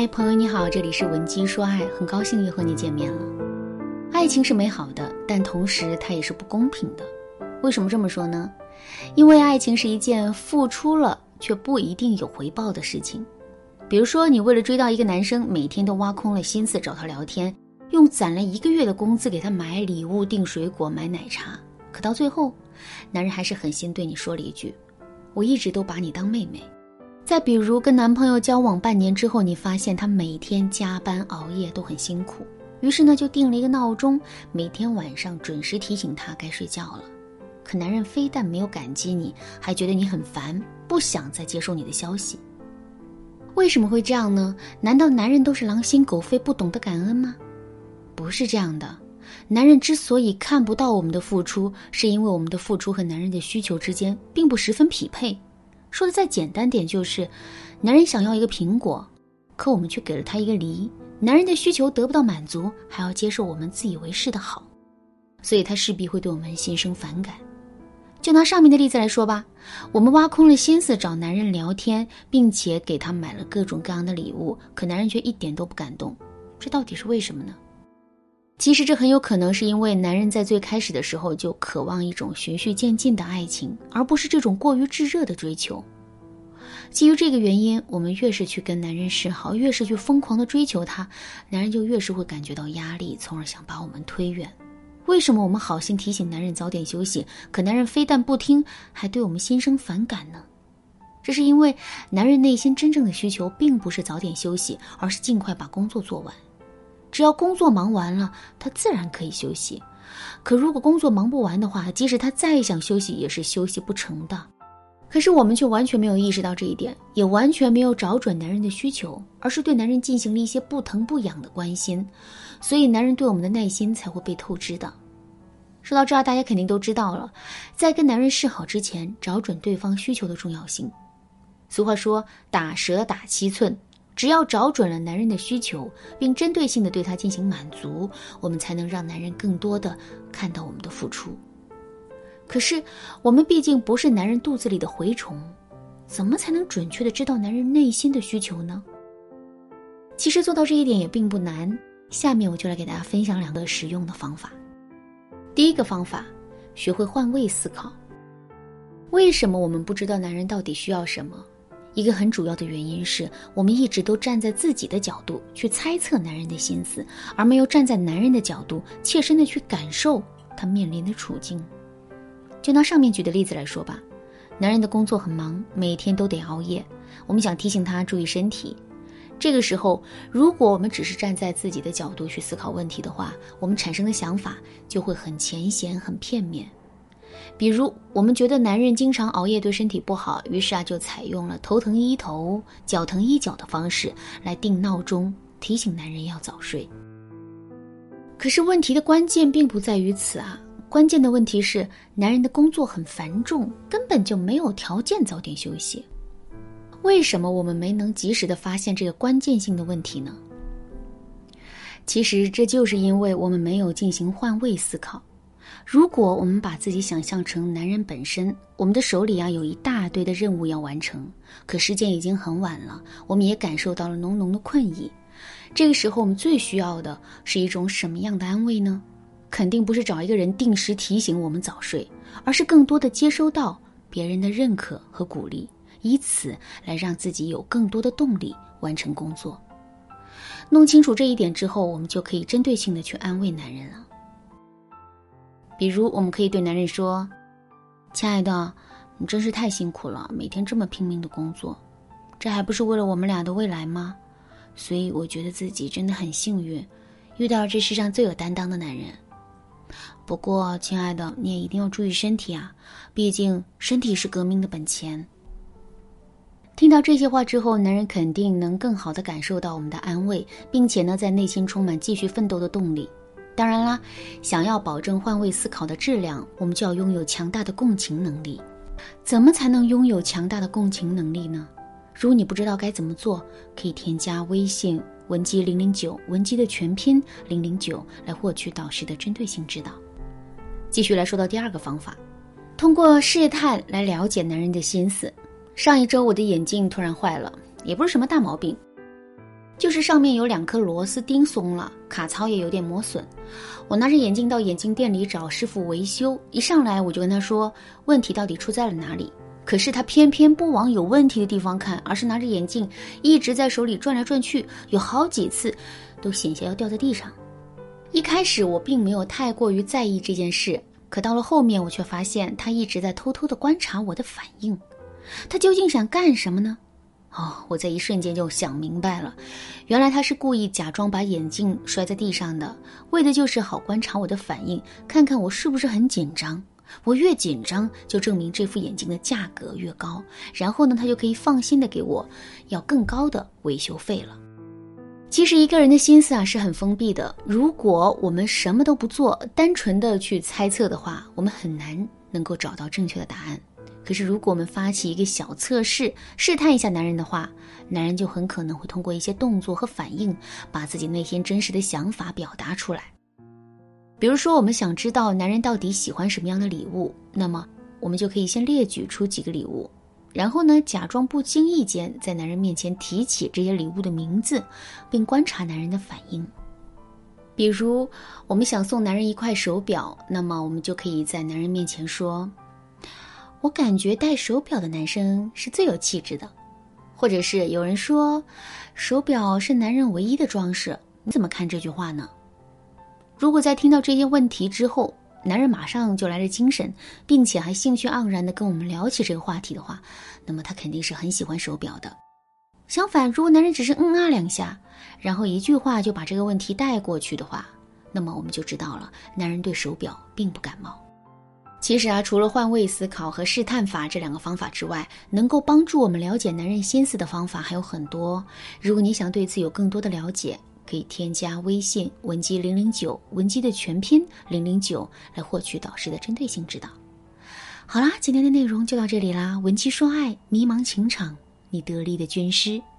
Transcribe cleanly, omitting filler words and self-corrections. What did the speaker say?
嗨，朋友你好，这里是文姬说爱，很高兴又和你见面了。爱情是美好的，但同时它也是不公平的。为什么这么说呢？因为爱情是一件付出了却不一定有回报的事情。比如说，你为了追到一个男生，每天都挖空了心思找他聊天，用攒了1个月的工资给他买礼物、订水果、买奶茶，可到最后，男人还是狠心对你说了一句：我一直都把你当妹妹。再比如，跟男朋友交往半年之后，你发现他每天加班熬夜都很辛苦，于是呢就定了一个闹钟，每天晚上准时提醒他该睡觉了。可男人非但没有感激你，还觉得你很烦，不想再接受你的消息。为什么会这样呢？难道男人都是狼心狗肺，不懂得感恩吗？不是这样的。男人之所以看不到我们的付出，是因为我们的付出和男人的需求之间并不十分匹配。说的再简单点，就是男人想要一个苹果，可我们却给了他一个梨，男人的需求得不到满足，还要接受我们自以为是的好，所以他势必会对我们心生反感。就拿上面的例子来说吧，我们挖空了心思找男人聊天，并且给他买了各种各样的礼物，可男人却一点都不感动，这到底是为什么呢？其实这很有可能是因为男人在最开始的时候就渴望一种循序渐进的爱情，而不是这种过于炙热的追求。基于这个原因，我们越是去跟男人示好，越是去疯狂的追求他，男人就越是会感觉到压力，从而想把我们推远。为什么我们好心提醒男人早点休息，可男人非但不听，还对我们心生反感呢？这是因为男人内心真正的需求并不是早点休息，而是尽快把工作做完。只要工作忙完了，他自然可以休息。可如果工作忙不完的话，即使他再想休息，也是休息不成的。可是我们却完全没有意识到这一点，也完全没有找准男人的需求，而是对男人进行了一些不疼不痒的关心，所以男人对我们的耐心才会被透支的。说到这儿，大家肯定都知道了，在跟男人示好之前，找准对方需求的重要性。俗话说，打蛇打7寸，只要找准了男人的需求，并针对性的对他进行满足，我们才能让男人更多的看到我们的付出。可是我们毕竟不是男人肚子里的蛔虫，怎么才能准确的知道男人内心的需求呢？其实做到这一点也并不难，下面我就来给大家分享2个实用的方法。第一个方法，学会换位思考。为什么我们不知道男人到底需要什么？一个很主要的原因是，我们一直都站在自己的角度去猜测男人的心思，而没有站在男人的角度切身的去感受他面临的处境。就拿上面举的例子来说吧，男人的工作很忙，每天都得熬夜，我们想提醒他注意身体。这个时候，如果我们只是站在自己的角度去思考问题的话，我们产生的想法就会很浅显、很片面。比如，我们觉得男人经常熬夜对身体不好，于是就采用了头疼医头、脚疼医脚的方式来定闹钟，提醒男人要早睡。可是问题的关键并不在于此啊，关键的问题是男人的工作很繁重，根本就没有条件早点休息。为什么我们没能及时的发现这个关键性的问题呢？其实这就是因为我们没有进行换位思考。如果我们把自己想象成男人本身，我们的手里有一大堆的任务要完成，可时间已经很晚了，我们也感受到了浓浓的困意。这个时候我们最需要的是一种什么样的安慰呢？肯定不是找一个人定时提醒我们早睡，而是更多的接收到别人的认可和鼓励，以此来让自己有更多的动力完成工作。弄清楚这一点之后，我们就可以针对性的去安慰男人了。比如我们可以对男人说，亲爱的，你真是太辛苦了，每天这么拼命的工作，这还不是为了我们俩的未来吗？所以我觉得自己真的很幸运，遇到了这世上最有担当的男人。不过亲爱的，你也一定要注意身体啊，毕竟身体是革命的本钱。听到这些话之后，男人肯定能更好地感受到我们的安慰，并且呢，在内心充满继续奋斗的动力。当然啦，想要保证换位思考的质量，我们就要拥有强大的共情能力。怎么才能拥有强大的共情能力呢？如果你不知道该怎么做，可以添加微信文姬009，文姬的全拼009，来获取导师的针对性指导。继续来说到第2个方法，通过试探来了解男人的心思。上一周我的眼镜突然坏了，也不是什么大毛病， 就是上面有2颗螺丝钉松了，卡槽也有点磨损。我拿着眼镜到眼镜店里找师傅维修，一上来我就跟他说问题到底出在了哪里。可是他偏偏不往有问题的地方看，而是拿着眼镜一直在手里转来转去，有好几次都险些要掉在地上。一开始我并没有太过于在意这件事，可到了后面我却发现他一直在偷偷地观察我的反应。他究竟想干什么呢？我在一瞬间就想明白了，原来他是故意假装把眼镜摔在地上的，为的就是好观察我的反应，看看我是不是很紧张。我越紧张，就证明这副眼镜的价格越高，然后呢，他就可以放心的给我要更高的维修费了。其实一个人的心思是很封闭的，如果我们什么都不做，单纯的去猜测的话，我们很难能够找到正确的答案。可是如果我们发起一个小测试，试探一下男人的话，男人就很可能会通过一些动作和反应，把自己内心真实的想法表达出来。比如说我们想知道男人到底喜欢什么样的礼物，那么我们就可以先列举出几个礼物，然后呢，假装不经意间在男人面前提起这些礼物的名字，并观察男人的反应。比如我们想送男人一块手表，那么我们就可以在男人面前说，我感觉戴手表的男生是最有气质的。或者是有人说，手表是男人唯一的装饰，你怎么看这句话呢？如果在听到这些问题之后，男人马上就来了精神，并且还兴趣盎然地跟我们聊起这个话题的话，那么他肯定是很喜欢手表的。相反，如果男人只是2下，然后一句话就把这个问题带过去的话，那么我们就知道了，男人对手表并不感冒。其实除了换位思考和试探法这2个方法之外，能够帮助我们了解男人心思的方法还有很多。如果你想对此有更多的了解，可以添加微信文姬009，文姬的全拼009，来获取导师的针对性指导。好啦，今天的内容就到这里啦。文姬说爱，迷茫情场，你得力的军师。